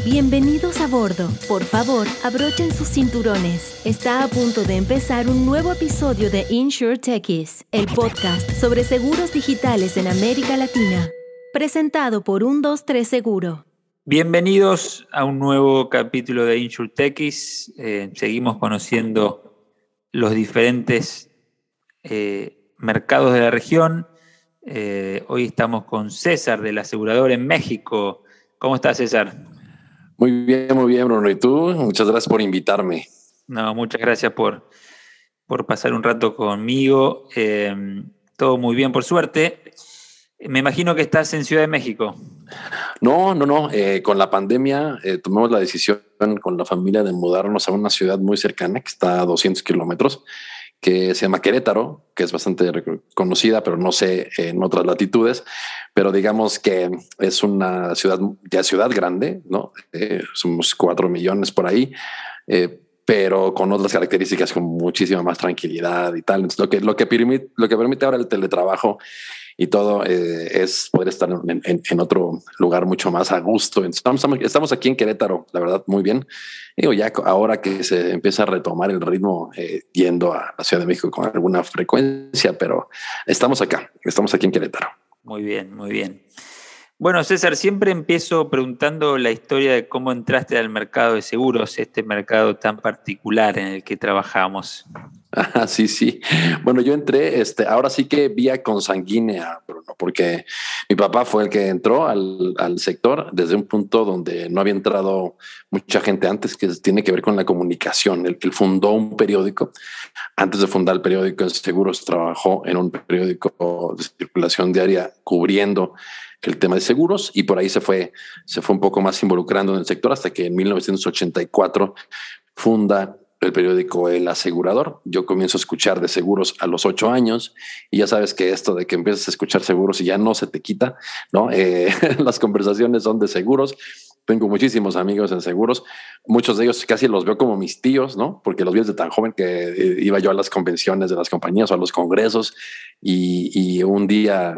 Bienvenidos a bordo. Por favor, abrochen sus cinturones. Está a punto de empezar un nuevo episodio de InsurTechies, el podcast sobre seguros digitales en América Latina. Presentado por 123 Seguro. Bienvenidos a un nuevo capítulo de InsurTechies. Seguimos conociendo los diferentes mercados de la región. Hoy estamos con César del asegurador en México. ¿Cómo estás, César? Muy bien, Bruno. ¿Y tú? Muchas gracias por invitarme. No, muchas gracias por pasar un rato conmigo. Todo muy bien, por suerte. Me imagino que estás en Ciudad de México. No. Con la pandemia tomamos la decisión con la familia de mudarnos a una ciudad muy cercana que está a 200 kilómetros, que se llama Querétaro, que es bastante conocida, pero no sé en otras latitudes. Pero digamos que es una ciudad grande, ¿no? Somos 4 millones por ahí, pero con otras características, con muchísima más tranquilidad y tal. Entonces, lo que permite ahora el teletrabajo y todo es poder estar en otro lugar mucho más a gusto. Estamos aquí en Querétaro, la verdad, muy bien. Digo, ya ahora que se empieza a retomar el ritmo, yendo a la Ciudad de México con alguna frecuencia, pero estamos aquí en Querétaro. Muy bien, muy bien. Bueno, César, siempre empiezo preguntando la historia de cómo entraste al mercado de seguros, este mercado tan particular en el que trabajamos. Ah, sí. Bueno, yo entré, ahora sí que vía consanguínea, Bruno, porque mi papá fue el que entró al sector desde un punto donde no había entrado mucha gente antes, que tiene que ver con la comunicación. Él fundó un periódico. Antes de fundar el periódico de seguros, trabajó en un periódico de circulación diaria cubriendo el tema de seguros, y por ahí se fue un poco más involucrando en el sector hasta que en 1984 funda el periódico El Asegurador. Yo comienzo a escuchar de seguros a los 8 años, y ya sabes que esto de que empiezas a escuchar seguros y ya no se te quita, ¿no? Las conversaciones son de seguros. Tengo muchísimos amigos en seguros. Muchos de ellos casi los veo como mis tíos, ¿no? Porque los vi desde tan joven que iba yo a las convenciones de las compañías o a los congresos, y un día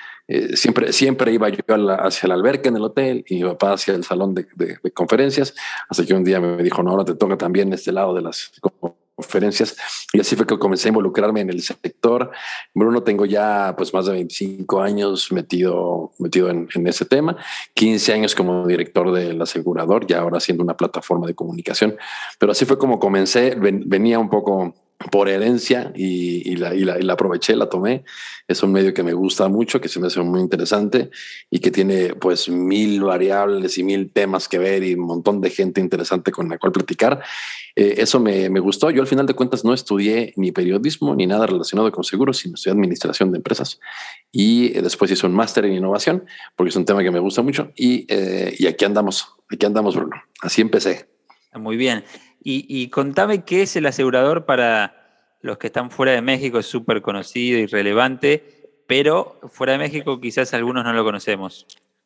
siempre iba yo hacia la alberca en el hotel y mi papá hacia el salón de conferencias. Hasta que un día me dijo, no, ahora te toca también este lado de las conferencias, y así fue que comencé a involucrarme en el sector. Bruno, tengo ya pues más de 25 años metido en ese tema, 15 años como director del asegurador, ya ahora siendo una plataforma de comunicación, pero así fue como comencé. Venía un poco por herencia y la aproveché, la tomé. Es un medio que me gusta mucho, que se me hace muy interesante y que tiene pues 1000 variables y 1000 temas que ver y un montón de gente interesante con la cual platicar. Eso me gustó. Yo al final de cuentas no estudié ni periodismo ni nada relacionado con seguros, sino estudié administración de empresas, y después hice un máster en innovación porque es un tema que me gusta mucho, y aquí andamos, Bruno. Así empecé. Muy bien. Y contame qué es el asegurador para los que están fuera de México. Es súper conocido y relevante, pero fuera de México quizás algunos no lo conocemos.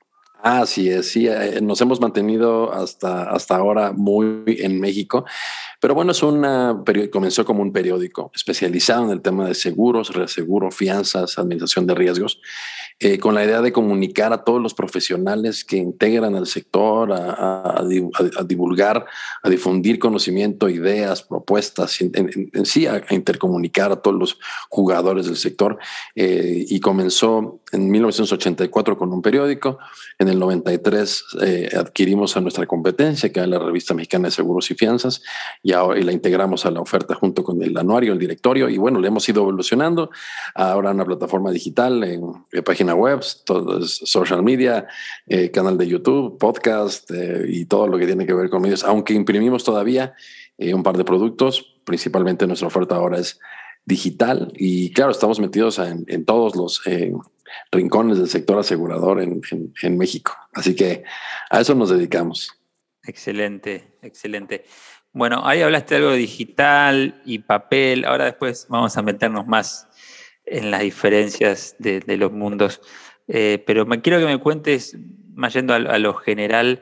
Así es, sí, nos hemos mantenido hasta ahora muy en México, pero bueno, comenzó como un periódico especializado en el tema de seguros, reaseguro, fianzas, administración de riesgos, con la idea de comunicar a todos los profesionales que integran el sector, a divulgar, a difundir conocimiento, ideas, propuestas, en sí a intercomunicar a todos los jugadores del sector. Y comenzó en 1984 con un periódico. En el 93 adquirimos a nuestra competencia, que era la Revista Mexicana de Seguros y Fianzas, y la integramos a la oferta junto con el anuario, el directorio, y bueno, le hemos ido evolucionando. Ahora una plataforma digital, en página web, todo es social media, canal de YouTube, podcast, y todo lo que tiene que ver con medios, aunque imprimimos todavía un par de productos. Principalmente nuestra oferta ahora es digital, y claro, estamos metidos en todos los rincones del sector asegurador en México. Así que a eso nos dedicamos. Excelente. Bueno, ahí hablaste de algo digital y papel. Ahora después vamos a meternos más en las diferencias de los mundos. Pero quiero que me cuentes, más yendo a lo general,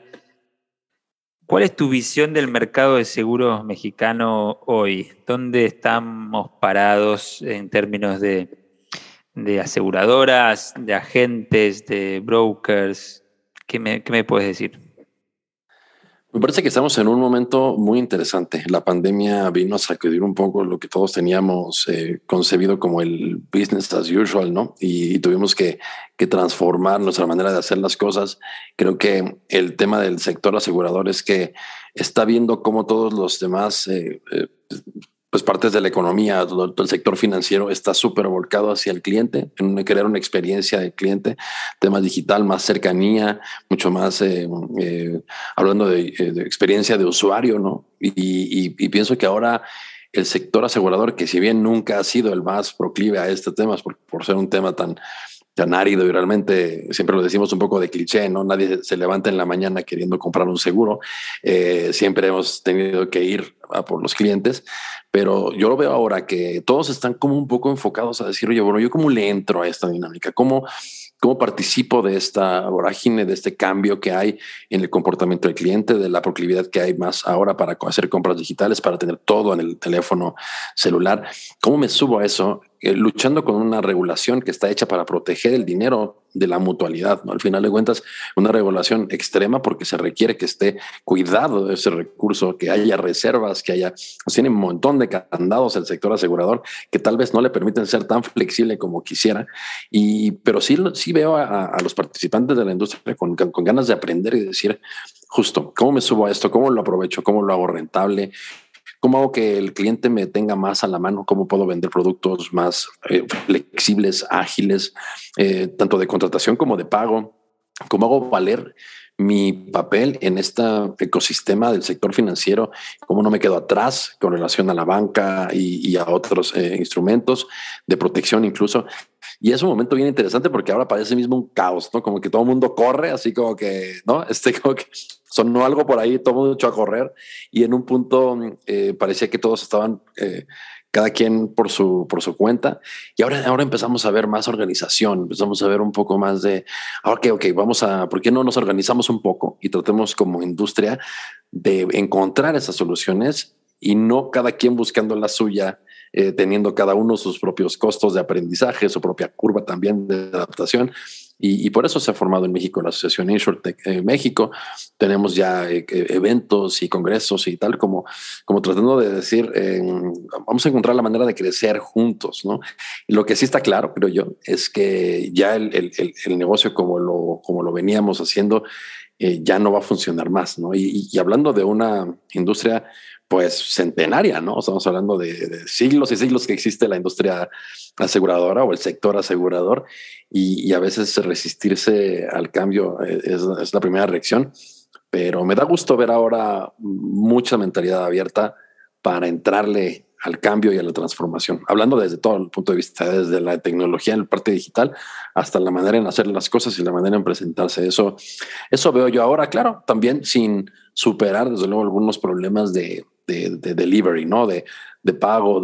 ¿cuál es tu visión del mercado de seguros mexicano hoy? ¿Dónde estamos parados en términos de aseguradoras, de agentes, de brokers? ¿Qué me puedes decir? Me parece que estamos en un momento muy interesante. La pandemia vino a sacudir un poco lo que todos teníamos concebido como el business as usual, ¿no? Y tuvimos que transformar nuestra manera de hacer las cosas. Creo que el tema del sector asegurador es que está viendo cómo todos los demás pues partes de la economía, todo el sector financiero está súper volcado hacia el cliente, en crear una experiencia de cliente, tema digital, más cercanía, mucho más hablando de experiencia de usuario, ¿no? Y pienso que ahora el sector asegurador, que si bien nunca ha sido el más proclive a este tema, por ser un tema tan árido y realmente siempre lo decimos un poco de cliché, ¿no? Nadie se levanta en la mañana queriendo comprar un seguro. Siempre hemos tenido que ir a por los clientes, pero yo lo veo ahora que todos están como un poco enfocados a decir, oye, bueno, ¿yo cómo le entro a esta dinámica? ¿Cómo participo de esta vorágine, de este cambio que hay en el comportamiento del cliente, de la proclividad que hay más ahora para hacer compras digitales, para tener todo en el teléfono celular? ¿Cómo me subo a eso? Luchando con una regulación que está hecha para proteger el dinero de la mutualidad, ¿no? Al final de cuentas, una regulación extrema porque se requiere que esté cuidado de ese recurso, que haya reservas, que haya, pues tiene un montón de candados el sector asegurador que tal vez no le permiten ser tan flexible como quisiera. Pero sí veo a los participantes de la industria con ganas de aprender y decir, justo, ¿cómo me subo a esto? ¿Cómo lo aprovecho? ¿Cómo lo hago rentable? ¿Cómo hago que el cliente me tenga más a la mano? ¿Cómo puedo vender productos más flexibles, ágiles, tanto de contratación como de pago? ¿Cómo hago valer mi papel en este ecosistema del sector financiero? ¿Cómo no me quedo atrás con relación a la banca y a otros instrumentos de protección incluso? Y es un momento bien interesante porque ahora parece mismo un caos, ¿no? Como que todo el mundo corre, así como que, ¿no? Como que sonó algo por ahí, todo el mundo echó a correr y en un punto parecía que todos estaban, cada quien por su cuenta. Y ahora empezamos a ver más organización, empezamos a ver un poco más de, ok, ¿por qué no nos organizamos un poco y tratemos como industria de encontrar esas soluciones y no cada quien buscando la suya? Teniendo cada uno sus propios costos de aprendizaje, su propia curva también de adaptación. Y por eso se ha formado en México la Asociación InsurTech México. Tenemos ya eventos y congresos y tal, como tratando de decir, vamos a encontrar la manera de crecer juntos, ¿no? Y lo que sí está claro, creo yo, es que ya el negocio como lo veníamos haciendo ya no va a funcionar más, ¿no? Y hablando de una industria pues centenaria, ¿no? Estamos hablando de siglos y siglos que existe la industria aseguradora o el sector asegurador y a veces resistirse al cambio es la primera reacción, pero me da gusto ver ahora mucha mentalidad abierta para entrarle al cambio y a la transformación, hablando desde todo el punto de vista, desde la tecnología en la parte digital hasta la manera en hacer las cosas y la manera en presentarse. Eso veo yo ahora, claro, también sin superar desde luego algunos problemas de delivery, ¿no? De pago,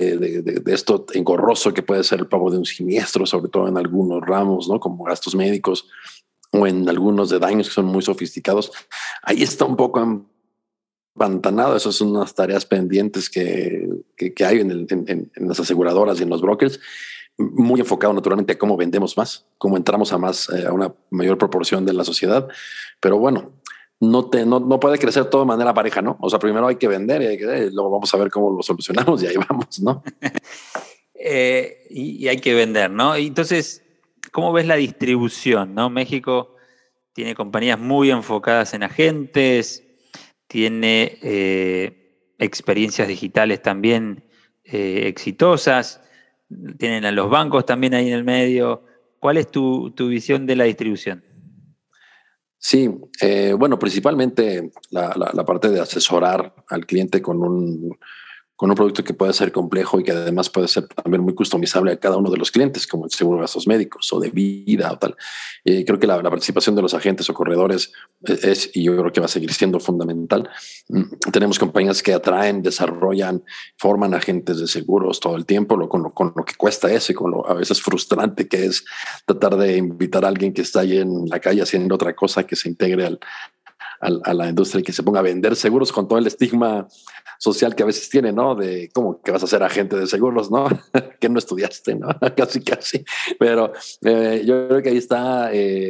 de esto engorroso que puede ser el pago de un siniestro, sobre todo en algunos ramos, ¿no? Como gastos médicos o en algunos de daños que son muy sofisticados. Ahí está un poco empantanado. Esas son unas tareas pendientes que hay en las aseguradoras y en los brokers, muy enfocado naturalmente a cómo vendemos más, cómo entramos a una mayor proporción de la sociedad. Pero bueno, no puede crecer todo de manera pareja, ¿no? O sea, primero hay que vender y luego vamos a ver cómo lo solucionamos y ahí vamos, ¿no? Y hay que vender, ¿no? Y entonces, ¿cómo ves la distribución, no? México tiene compañías muy enfocadas en agentes, tiene experiencias digitales también exitosas, tienen a los bancos también ahí en el medio. ¿Cuál es tu visión de la distribución? Sí, bueno, principalmente la parte de asesorar al cliente con un producto que puede ser complejo y que además puede ser también muy customizable a cada uno de los clientes, como el seguro de gastos médicos o de vida o tal. Creo que la participación de los agentes o corredores y yo creo que va a seguir siendo fundamental. Tenemos compañías que atraen, desarrollan, forman agentes de seguros todo el tiempo, con lo que cuesta eso y con lo a veces frustrante que es tratar de invitar a alguien que está ahí en la calle haciendo otra cosa que se integre a la industria y que se ponga a vender seguros con todo el estigma social que a veces tiene, ¿no? De cómo que vas a ser agente de seguros, ¿no? Que no estudiaste, ¿no? Casi. Pero yo creo que ahí está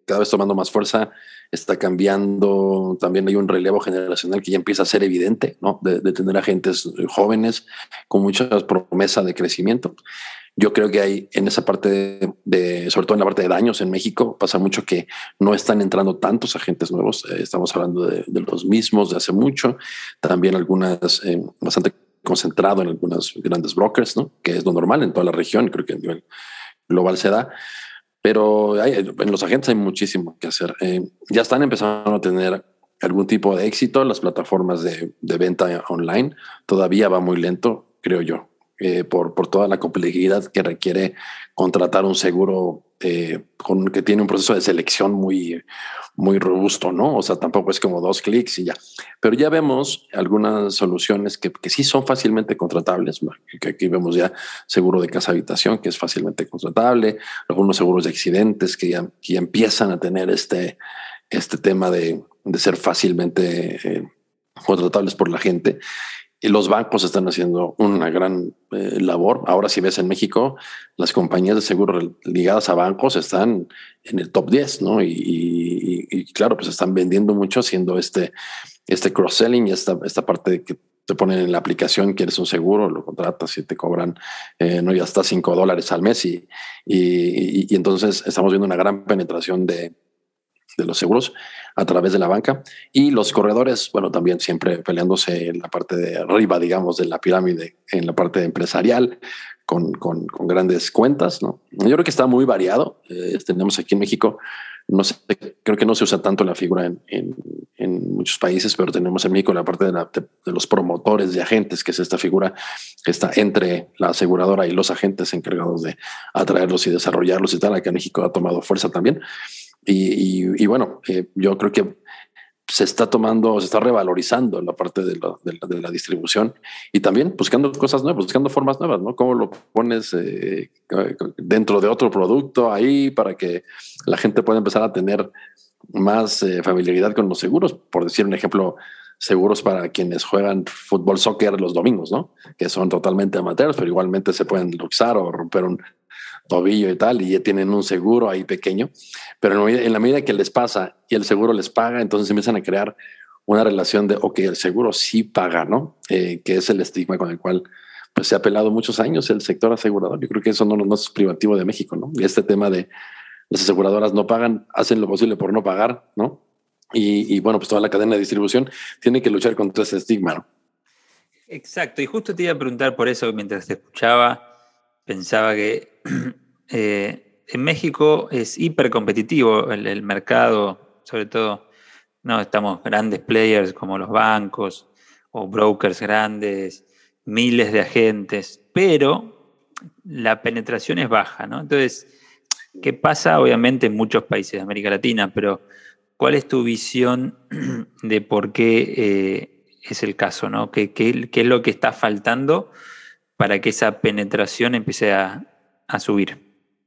cada vez tomando más fuerza, está cambiando. También hay un relevo generacional que ya empieza a ser evidente, ¿no? De tener agentes jóvenes con mucha promesa de crecimiento. Yo creo que hay en esa parte sobre todo en la parte de daños en México, pasa mucho que no están entrando tantos agentes nuevos. Estamos hablando de los mismos de hace mucho. También algunas bastante concentrado en algunos grandes brokers, ¿no? Que es lo normal en toda la región. Creo que a nivel global se da. Pero en los agentes hay muchísimo que hacer. Ya están empezando a tener algún tipo de éxito las plataformas de venta online. Todavía va muy lento, creo yo. Por toda la complejidad que requiere contratar un seguro que tiene un proceso de selección muy robusto, ¿no? O sea, tampoco es como 2 clics y ya. Pero ya vemos algunas soluciones que sí son fácilmente contratables. Que aquí vemos ya seguro de casa habitación, que es fácilmente contratable, algunos seguros de accidentes que ya empiezan a tener este tema de ser fácilmente contratables por la gente. Y los bancos están haciendo una gran labor. Ahora, si ves en México, las compañías de seguro ligadas a bancos están en el top 10, ¿no? Y claro, pues están vendiendo mucho, haciendo este cross-selling y esta parte de que te ponen en la aplicación, quieres un seguro, lo contratas y te cobran no ya hasta $5 al mes. Y entonces estamos viendo una gran penetración de los seguros a través de la banca, y los corredores, bueno, también siempre peleándose en la parte de arriba, digamos, de la pirámide, en la parte empresarial, con grandes cuentas, ¿no? Yo creo que está muy variado. Tenemos aquí en México, no sé, creo que no se usa tanto la figura en muchos países, pero tenemos en México la parte de los promotores de agentes, que es esta figura que está entre la aseguradora y los agentes encargados de atraerlos y desarrollarlos y tal. Aquí en México ha tomado fuerza también. Y bueno, yo creo que se está revalorizando la parte de la distribución, y también buscando cosas nuevas, buscando formas nuevas, ¿no? Cómo lo pones dentro de otro producto ahí para que la gente pueda empezar a tener más familiaridad con los seguros. Por decir un ejemplo, seguros para quienes juegan fútbol, soccer los domingos, ¿no? Que son totalmente amateurs, pero igualmente se pueden luxar o romper un tobillo y tal, y ya tienen un seguro ahí pequeño, pero en la medida que les pasa y el seguro les paga, entonces empiezan a crear una relación de, ok, el seguro sí paga, ¿no? Que es el estigma con el cual pues se ha apelado muchos años el sector asegurador. Yo creo que eso no es privativo de México, ¿no? Y este tema de las aseguradoras no pagan, hacen lo posible por no pagar, ¿no? Y bueno, pues toda la cadena de distribución tiene que luchar contra ese estigma, ¿no? Exacto, y justo te iba a preguntar por eso, mientras te escuchaba, pensaba que en México es hiper competitivo el mercado, sobre todo, no estamos grandes players como los bancos o brokers grandes, miles de agentes, pero la penetración es baja, ¿no? Entonces, ¿qué pasa? Obviamente en muchos países de América Latina, pero ¿cuál es tu visión de por qué es el caso, ¿no? ¿Qué es lo que está faltando para que esa penetración empiece a subir?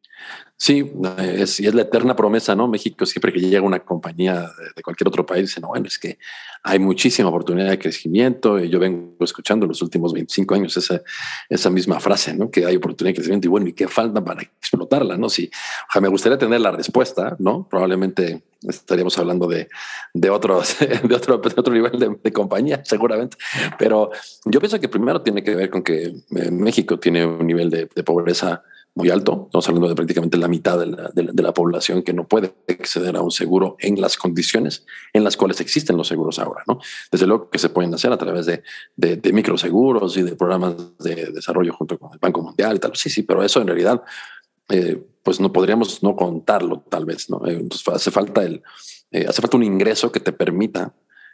Sí, es la eterna promesa, ¿no? México, siempre que llega una compañía de cualquier otro país, dice, no, bueno, es que hay muchísima oportunidad de crecimiento. Y yo vengo escuchando los últimos 25 años esa misma frase, ¿no? Que hay oportunidad de crecimiento, y bueno, ¿y qué falta para explotarla, no? Sí, o sea, me gustaría tener la respuesta, ¿no? Probablemente estaríamos hablando de otro nivel de compañía, seguramente. Pero yo pienso que primero tiene que ver con que México tiene un nivel de pobreza muy alto. Estamos hablando de prácticamente la mitad de la población que no puede acceder a un seguro en las condiciones en las cuales existen los seguros ahora, ¿no? Desde luego que se pueden hacer a través de microseguros y de programas de desarrollo junto con el Banco Mundial y tal. Sí, pero eso en realidad pues no podríamos no contarlo, tal vez, ¿no? Entonces hace falta un ingreso que te permita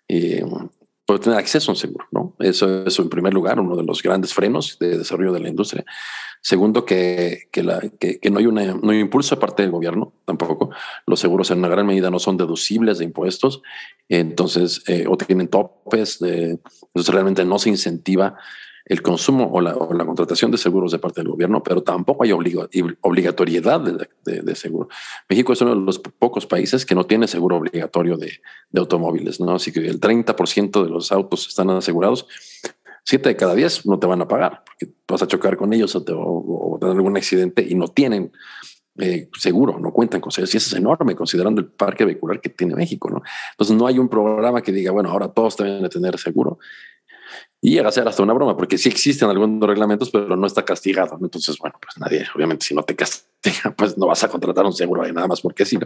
poder tener acceso a un seguro, ¿no? Eso en primer lugar, uno de los grandes frenos de desarrollo de la industria. Segundo, que no hay no hay impulso de parte del gobierno tampoco. Los seguros en una gran medida no son deducibles de impuestos, entonces, o tienen topes, entonces realmente no se incentiva el consumo o la contratación de seguros de parte del gobierno, pero tampoco hay obligatoriedad de seguro. México es uno de los pocos países que no tiene seguro obligatorio de automóviles, ¿no? Así que el 30% de los autos están asegurados. 7 de cada 10 no te van a pagar porque vas a chocar con ellos o tener algún accidente y no tienen seguro, no cuentan con seguros. Y eso es enorme considerando el parque vehicular que tiene México, ¿no? Entonces no hay un programa que diga, bueno, ahora todos deben de tener seguro. Y llega a ser hasta una broma, porque sí existen algunos reglamentos, pero no está castigado, ¿no? Entonces, bueno, pues nadie, obviamente, si no te castiga, pues no vas a contratar un seguro ahí nada más porque sí.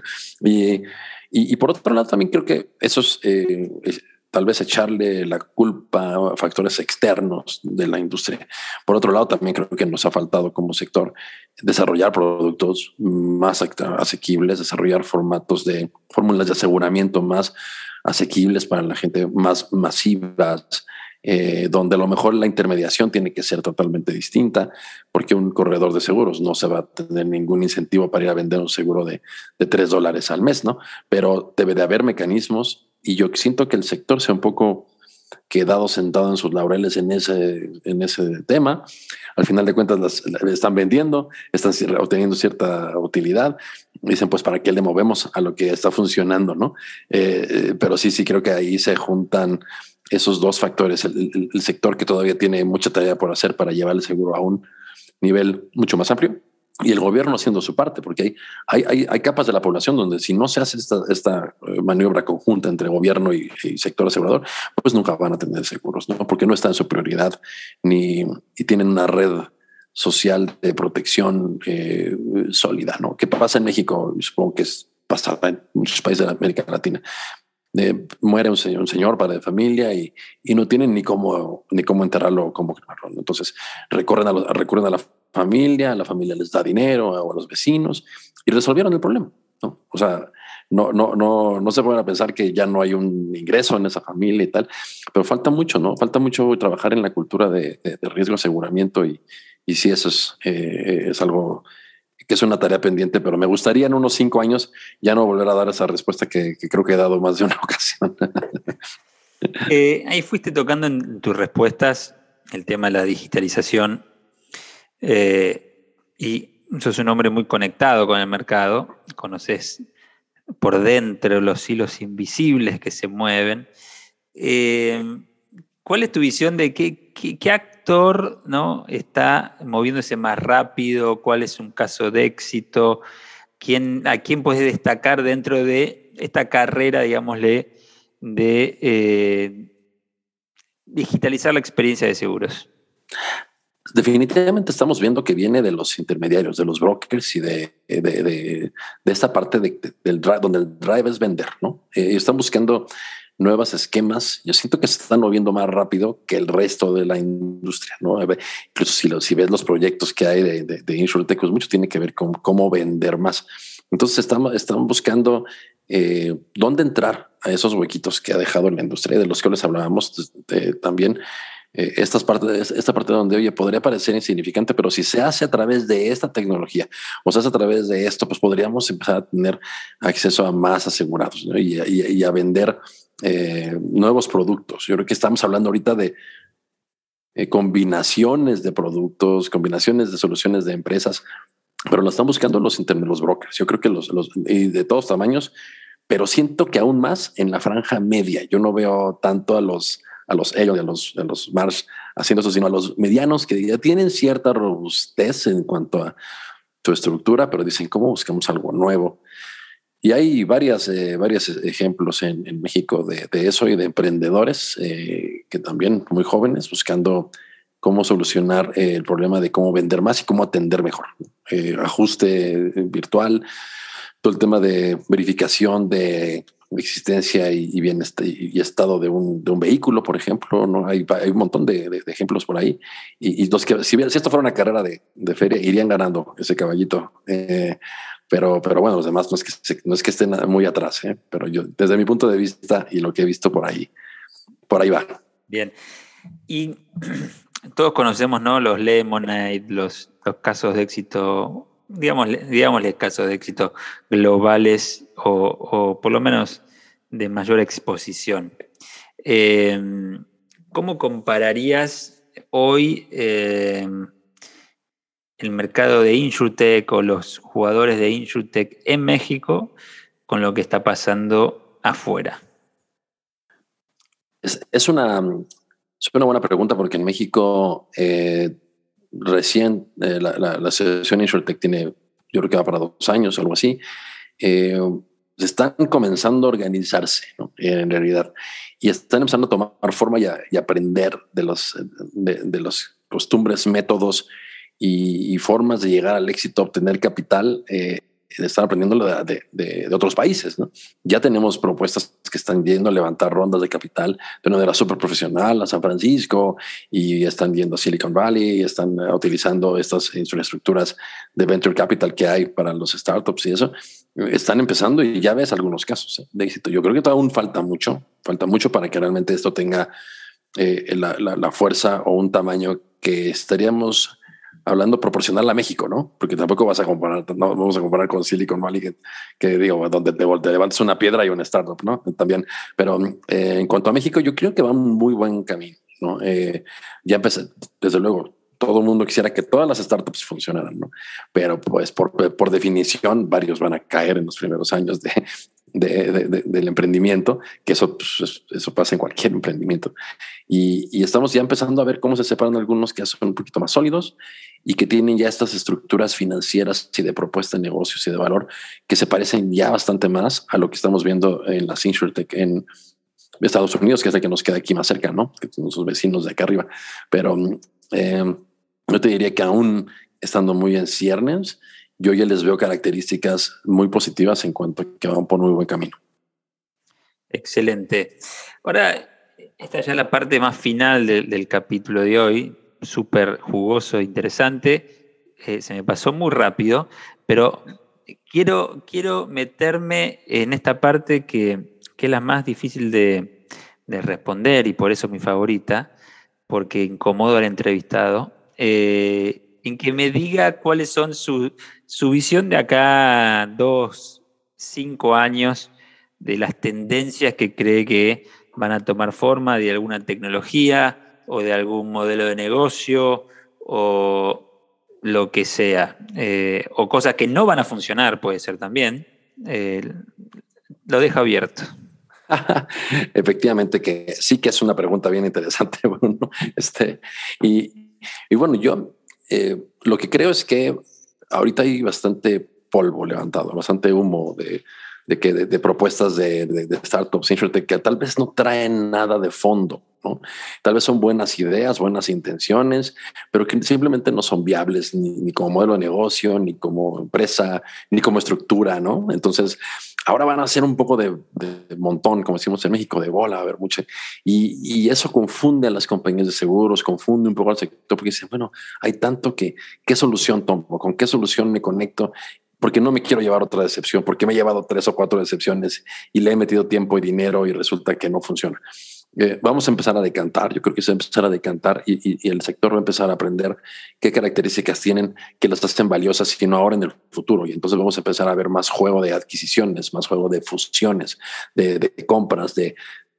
Y por otro lado, también creo que eso es tal vez echarle la culpa a factores externos de la industria. Por otro lado, también creo que nos ha faltado como sector desarrollar productos más asequibles, desarrollar fórmulas de aseguramiento más asequibles para la gente, más masivas, donde a lo mejor la intermediación tiene que ser totalmente distinta, porque un corredor de seguros no se va a tener ningún incentivo para ir a vender un seguro de $3 al mes, ¿no? Pero debe de haber mecanismos, y yo siento que el sector sea un poco quedado sentado en sus laureles en ese tema. Al final de cuentas las están vendiendo, están obteniendo cierta utilidad. Dicen, pues, ¿para qué le movemos a lo que está funcionando? ¿No? Pero sí creo que ahí se juntan esos dos factores. El sector que todavía tiene mucha tarea por hacer para llevar el seguro a un nivel mucho más amplio, y el gobierno haciendo su parte, porque hay capas de la población donde si no se hace esta maniobra conjunta entre gobierno y sector asegurador, pues nunca van a tener seguros, ¿no? Porque no está en su prioridad y tienen una red social de protección sólida, ¿no? ¿Qué pasa en México? Supongo que pasa en muchos países de América Latina. Muere un señor, padre de familia, y no tienen ni cómo enterrarlo o cómo cremarlo, ¿no? Entonces recurren a la familia les da dinero, o a los vecinos, y resolvieron el problema, ¿no? O sea, no se pueden pensar que ya no hay un ingreso en esa familia y tal, pero falta mucho, ¿no? Falta mucho trabajar en la cultura de riesgo, aseguramiento, y sí, eso es algo que es una tarea pendiente, pero me gustaría en unos 5 años ya no volver a dar esa respuesta que creo que he dado más de una ocasión. Ahí fuiste tocando en tus respuestas el tema de la digitalización, y sos un hombre muy conectado con el mercado, conoces por dentro los hilos invisibles que se mueven. ¿Cuál es tu visión de qué actor, ¿no?, está moviéndose más rápido? ¿Cuál es un caso de éxito? ¿A quién puedes destacar dentro de esta carrera, digámosle, de digitalizar la experiencia de seguros? Definitivamente estamos viendo que viene de los intermediarios, de los brokers y de esta parte donde el drive es vender, ¿no? Están buscando nuevos esquemas. Yo siento que se están moviendo más rápido que el resto de la industria, ¿no? Incluso si ves los proyectos que hay de InsurTech, pues mucho tiene que ver con cómo vender más. Entonces están buscando dónde entrar a esos huequitos que ha dejado la industria, de los que les hablábamos también. Esta parte donde, oye, podría parecer insignificante, pero si se hace a través de esta tecnología o se hace a través de esto, pues podríamos empezar a tener acceso a más asegurados, ¿no? y a vender nuevos productos. Yo creo que estamos hablando ahorita de combinaciones de productos, combinaciones de soluciones de empresas, pero lo están buscando los brokers. Yo creo que y de todos tamaños, pero siento que aún más en la franja media. Yo no veo tanto a los ellos, a los Marsh haciendo eso, sino a los medianos que ya tienen cierta robustez en cuanto a su estructura, pero dicen, ¿cómo buscamos algo nuevo? Y hay varios ejemplos en México de eso, y de emprendedores que también muy jóvenes buscando cómo solucionar el problema de cómo vender más y cómo atender mejor. Ajuste virtual, todo el tema de verificación de existencia y bienestar y estado de un vehículo, por ejemplo, ¿no? Hay un montón de ejemplos por ahí, y los que, si esto fuera una carrera de feria, irían ganando ese caballito. Pero bueno, los demás no es que estén muy atrás, pero yo, desde mi punto de vista y lo que he visto por ahí va. Bien. Y todos conocemos, ¿no?, los Lemonade, los casos de éxito, digámosle casos de éxito globales o por lo menos de mayor exposición. ¿Cómo compararías hoy el mercado de InsurTech o los jugadores de InsurTech en México con lo que está pasando afuera? Es una buena pregunta, porque en México recién la Asociación InsurTech tiene yo creo que va para 2 años, algo así. Están comenzando a organizarse, ¿no? En realidad, y están empezando a tomar forma y aprender de los costumbres, métodos y formas de llegar al éxito, obtener capital, están aprendiendo de otros países, ¿no? Ya tenemos propuestas que están yendo a levantar rondas de capital de una manera súper profesional a San Francisco, y están yendo a Silicon Valley y están utilizando estas infraestructuras de venture capital que hay para los startups, y eso están empezando, y ya ves algunos casos de éxito. Yo creo que todavía aún falta mucho para que realmente esto tenga la fuerza o un tamaño que estaríamos hablando proporcional a México, ¿no? Porque tampoco vas a comparar, no vamos a comparar con Silicon Valley, que digo, donde te levantas una piedra y una startup, ¿no? También, pero en cuanto a México, yo creo que va un muy buen camino, ¿no? Ya empecé, desde luego, todo el mundo quisiera que todas las startups funcionaran, ¿no? Pero pues por definición, varios van a caer en los primeros años del emprendimiento, que eso pasa en cualquier emprendimiento. Y estamos ya empezando a ver cómo se separan algunos que son un poquito más sólidos y que tienen ya estas estructuras financieras y de propuesta de negocios y de valor que se parecen ya bastante más a lo que estamos viendo en las InsurTech en Estados Unidos, que es la que nos queda aquí más cerca, ¿no? Que son sus vecinos de acá arriba. Pero yo te diría que aún estando muy en ciernes, yo ya les veo características muy positivas en cuanto a que van por muy buen camino. Excelente. Ahora, esta ya es la parte más final del capítulo de hoy, súper jugoso e interesante. Se me pasó muy rápido, pero quiero meterme en esta parte que es la más difícil de responder, y por eso mi favorita, porque incomodo al entrevistado, en que me diga cuáles son su visión de acá 2, 5 años, de las tendencias que cree que van a tomar forma de alguna tecnología o de algún modelo de negocio o lo que sea, o cosas que no van a funcionar, puede ser también. Lo dejo abierto. Efectivamente que sí, que es una pregunta bien interesante, Bruno. Y bueno, yo lo que creo es que ahorita hay bastante polvo levantado, bastante humo de propuestas de startups, InsurTech, que tal vez no traen nada de fondo, ¿no? Tal vez son buenas ideas, buenas intenciones, pero que simplemente no son viables ni como modelo de negocio, ni como empresa, ni como estructura, ¿no? Entonces, ahora van a hacer un poco de montón, como decimos en México, de bola, a ver, mucho. Y eso confunde a las compañías de seguros, confunde un poco al sector, porque dicen, bueno, hay tanto ¿qué solución tomo? ¿Con qué solución me conecto? Porque no me quiero llevar otra decepción, porque me he llevado 3 o 4 decepciones y le he metido tiempo y dinero y resulta que no funciona. Vamos a empezar a decantar. Yo creo que se va a empezar a decantar y el sector va a empezar a aprender qué características tienen que las hacen valiosas y no ahora en el futuro. Y entonces vamos a empezar a ver más juego de adquisiciones, más juego de fusiones, de compras, de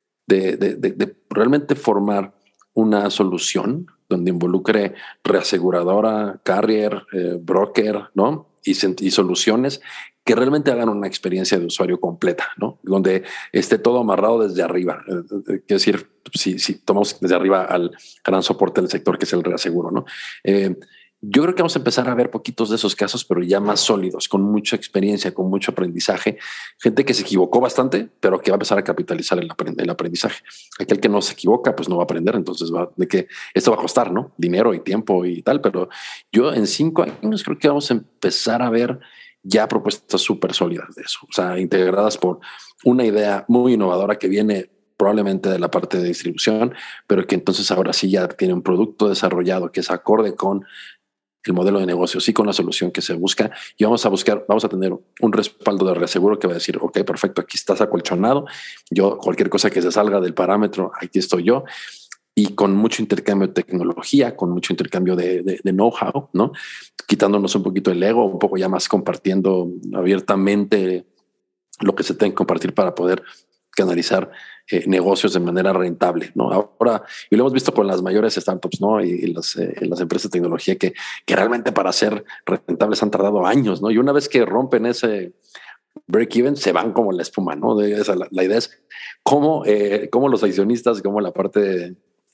realmente formar una solución donde involucre reaseguradora, carrier, broker, ¿no? Y soluciones que realmente hagan una experiencia de usuario completa, ¿no? Donde esté todo amarrado desde arriba. Quiero decir, si tomamos desde arriba al gran soporte del sector, que es el reaseguro, ¿no? Yo creo que vamos a empezar a ver poquitos de esos casos, pero ya más sólidos, con mucha experiencia, con mucho aprendizaje. Gente que se equivocó bastante, pero que va a empezar a capitalizar el aprendizaje. Aquel que no se equivoca, pues no va a aprender. Entonces esto va a costar, ¿no? Dinero y tiempo y tal. Pero yo en 5 años creo que vamos a empezar a ver ya propuestas súper sólidas de eso. O sea, integradas por una idea muy innovadora que viene probablemente de la parte de distribución, pero que entonces ahora sí ya tiene un producto desarrollado que es acorde con el modelo de negocio, sí, con la solución que se busca, y vamos a tener un respaldo de reaseguro que va a decir, ok, perfecto, aquí estás acolchonado, cualquier cosa que se salga del parámetro, aquí estoy yo, y con mucho intercambio de tecnología, con mucho intercambio de know-how, ¿no? Quitándonos un poquito el ego, un poco ya más compartiendo abiertamente lo que se tenga que compartir para poder canalizar negocios de manera rentable, ¿no? Ahora, y lo hemos visto con las mayores startups, ¿no? Y las empresas de tecnología que realmente para ser rentables han tardado años, ¿no? Y una vez que rompen ese break-even, se van como la espuma, ¿no? La idea es cómo los accionistas, cómo la parte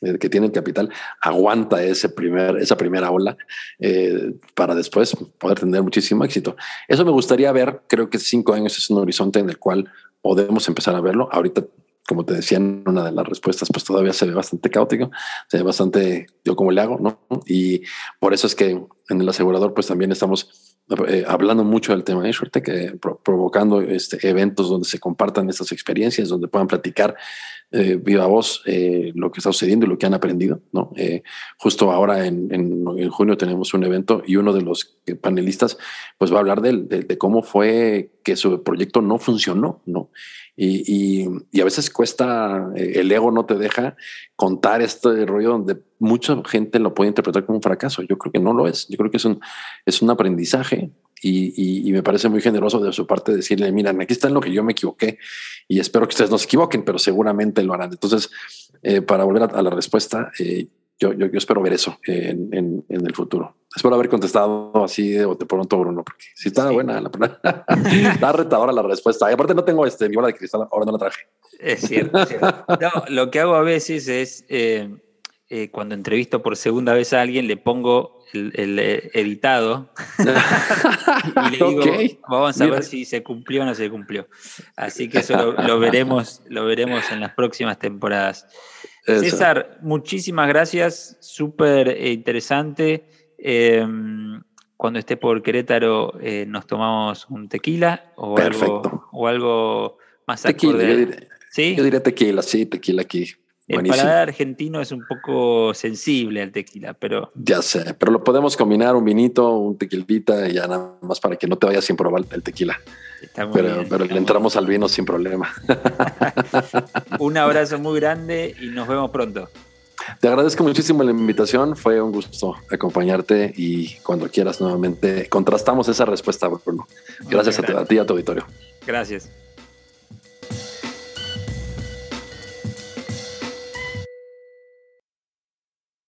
que tiene el capital, aguanta esa primera ola para después poder tener muchísimo éxito. Eso me gustaría ver. Creo que 5 años es un horizonte en el cual podemos empezar a verlo. Ahorita, como te decía en una de las respuestas, pues todavía se ve bastante caótico, se ve bastante yo cómo le hago, ¿no? Y por eso es que en el asegurador pues también estamos hablando mucho del tema de InsurTech, provocando eventos donde se compartan estas experiencias, donde puedan platicar viva voz lo que está sucediendo y lo que han aprendido, ¿no? Justo ahora en junio tenemos un evento y uno de los panelistas pues va a hablar de cómo fue que su proyecto no funcionó, ¿no? Y a veces cuesta, el ego no te deja contar este rollo donde mucha gente lo puede interpretar como un fracaso. Yo creo que no lo es. Yo creo que es un aprendizaje y me parece muy generoso de su parte decirle, miren, aquí está en lo que yo me equivoqué y espero que ustedes no se equivoquen, pero seguramente lo harán. Entonces, para volver a la respuesta, yo espero ver eso en el futuro. Espero haber contestado así de bote pronto, Bruno, porque si está buena está retadora la respuesta. Y aparte no tengo mi bola de cristal, ahora no la traje. Es cierto, es cierto. No, lo que hago a veces es cuando entrevisto por segunda vez a alguien, le pongo el editado y le digo, vamos a ver si se cumplió o no se cumplió. Así que eso lo veremos en las próximas temporadas. Eso. César, muchísimas gracias, súper interesante. Cuando esté por Querétaro nos tomamos un tequila o algo más tequila, acorde. Yo diría tequila, sí, tequila aquí. El paladar argentino es un poco sensible al tequila, pero... Ya sé, pero lo podemos combinar, un vinito, un tequilita, y ya nada más para que no te vayas sin probar el tequila. Pero le entramos al vino sin problema. Un abrazo muy grande y nos vemos pronto. Te agradezco muchísimo la invitación, fue un gusto acompañarte y cuando quieras nuevamente contrastamos esa respuesta, Bruno. Gracias a ti y a tu auditorio. Gracias.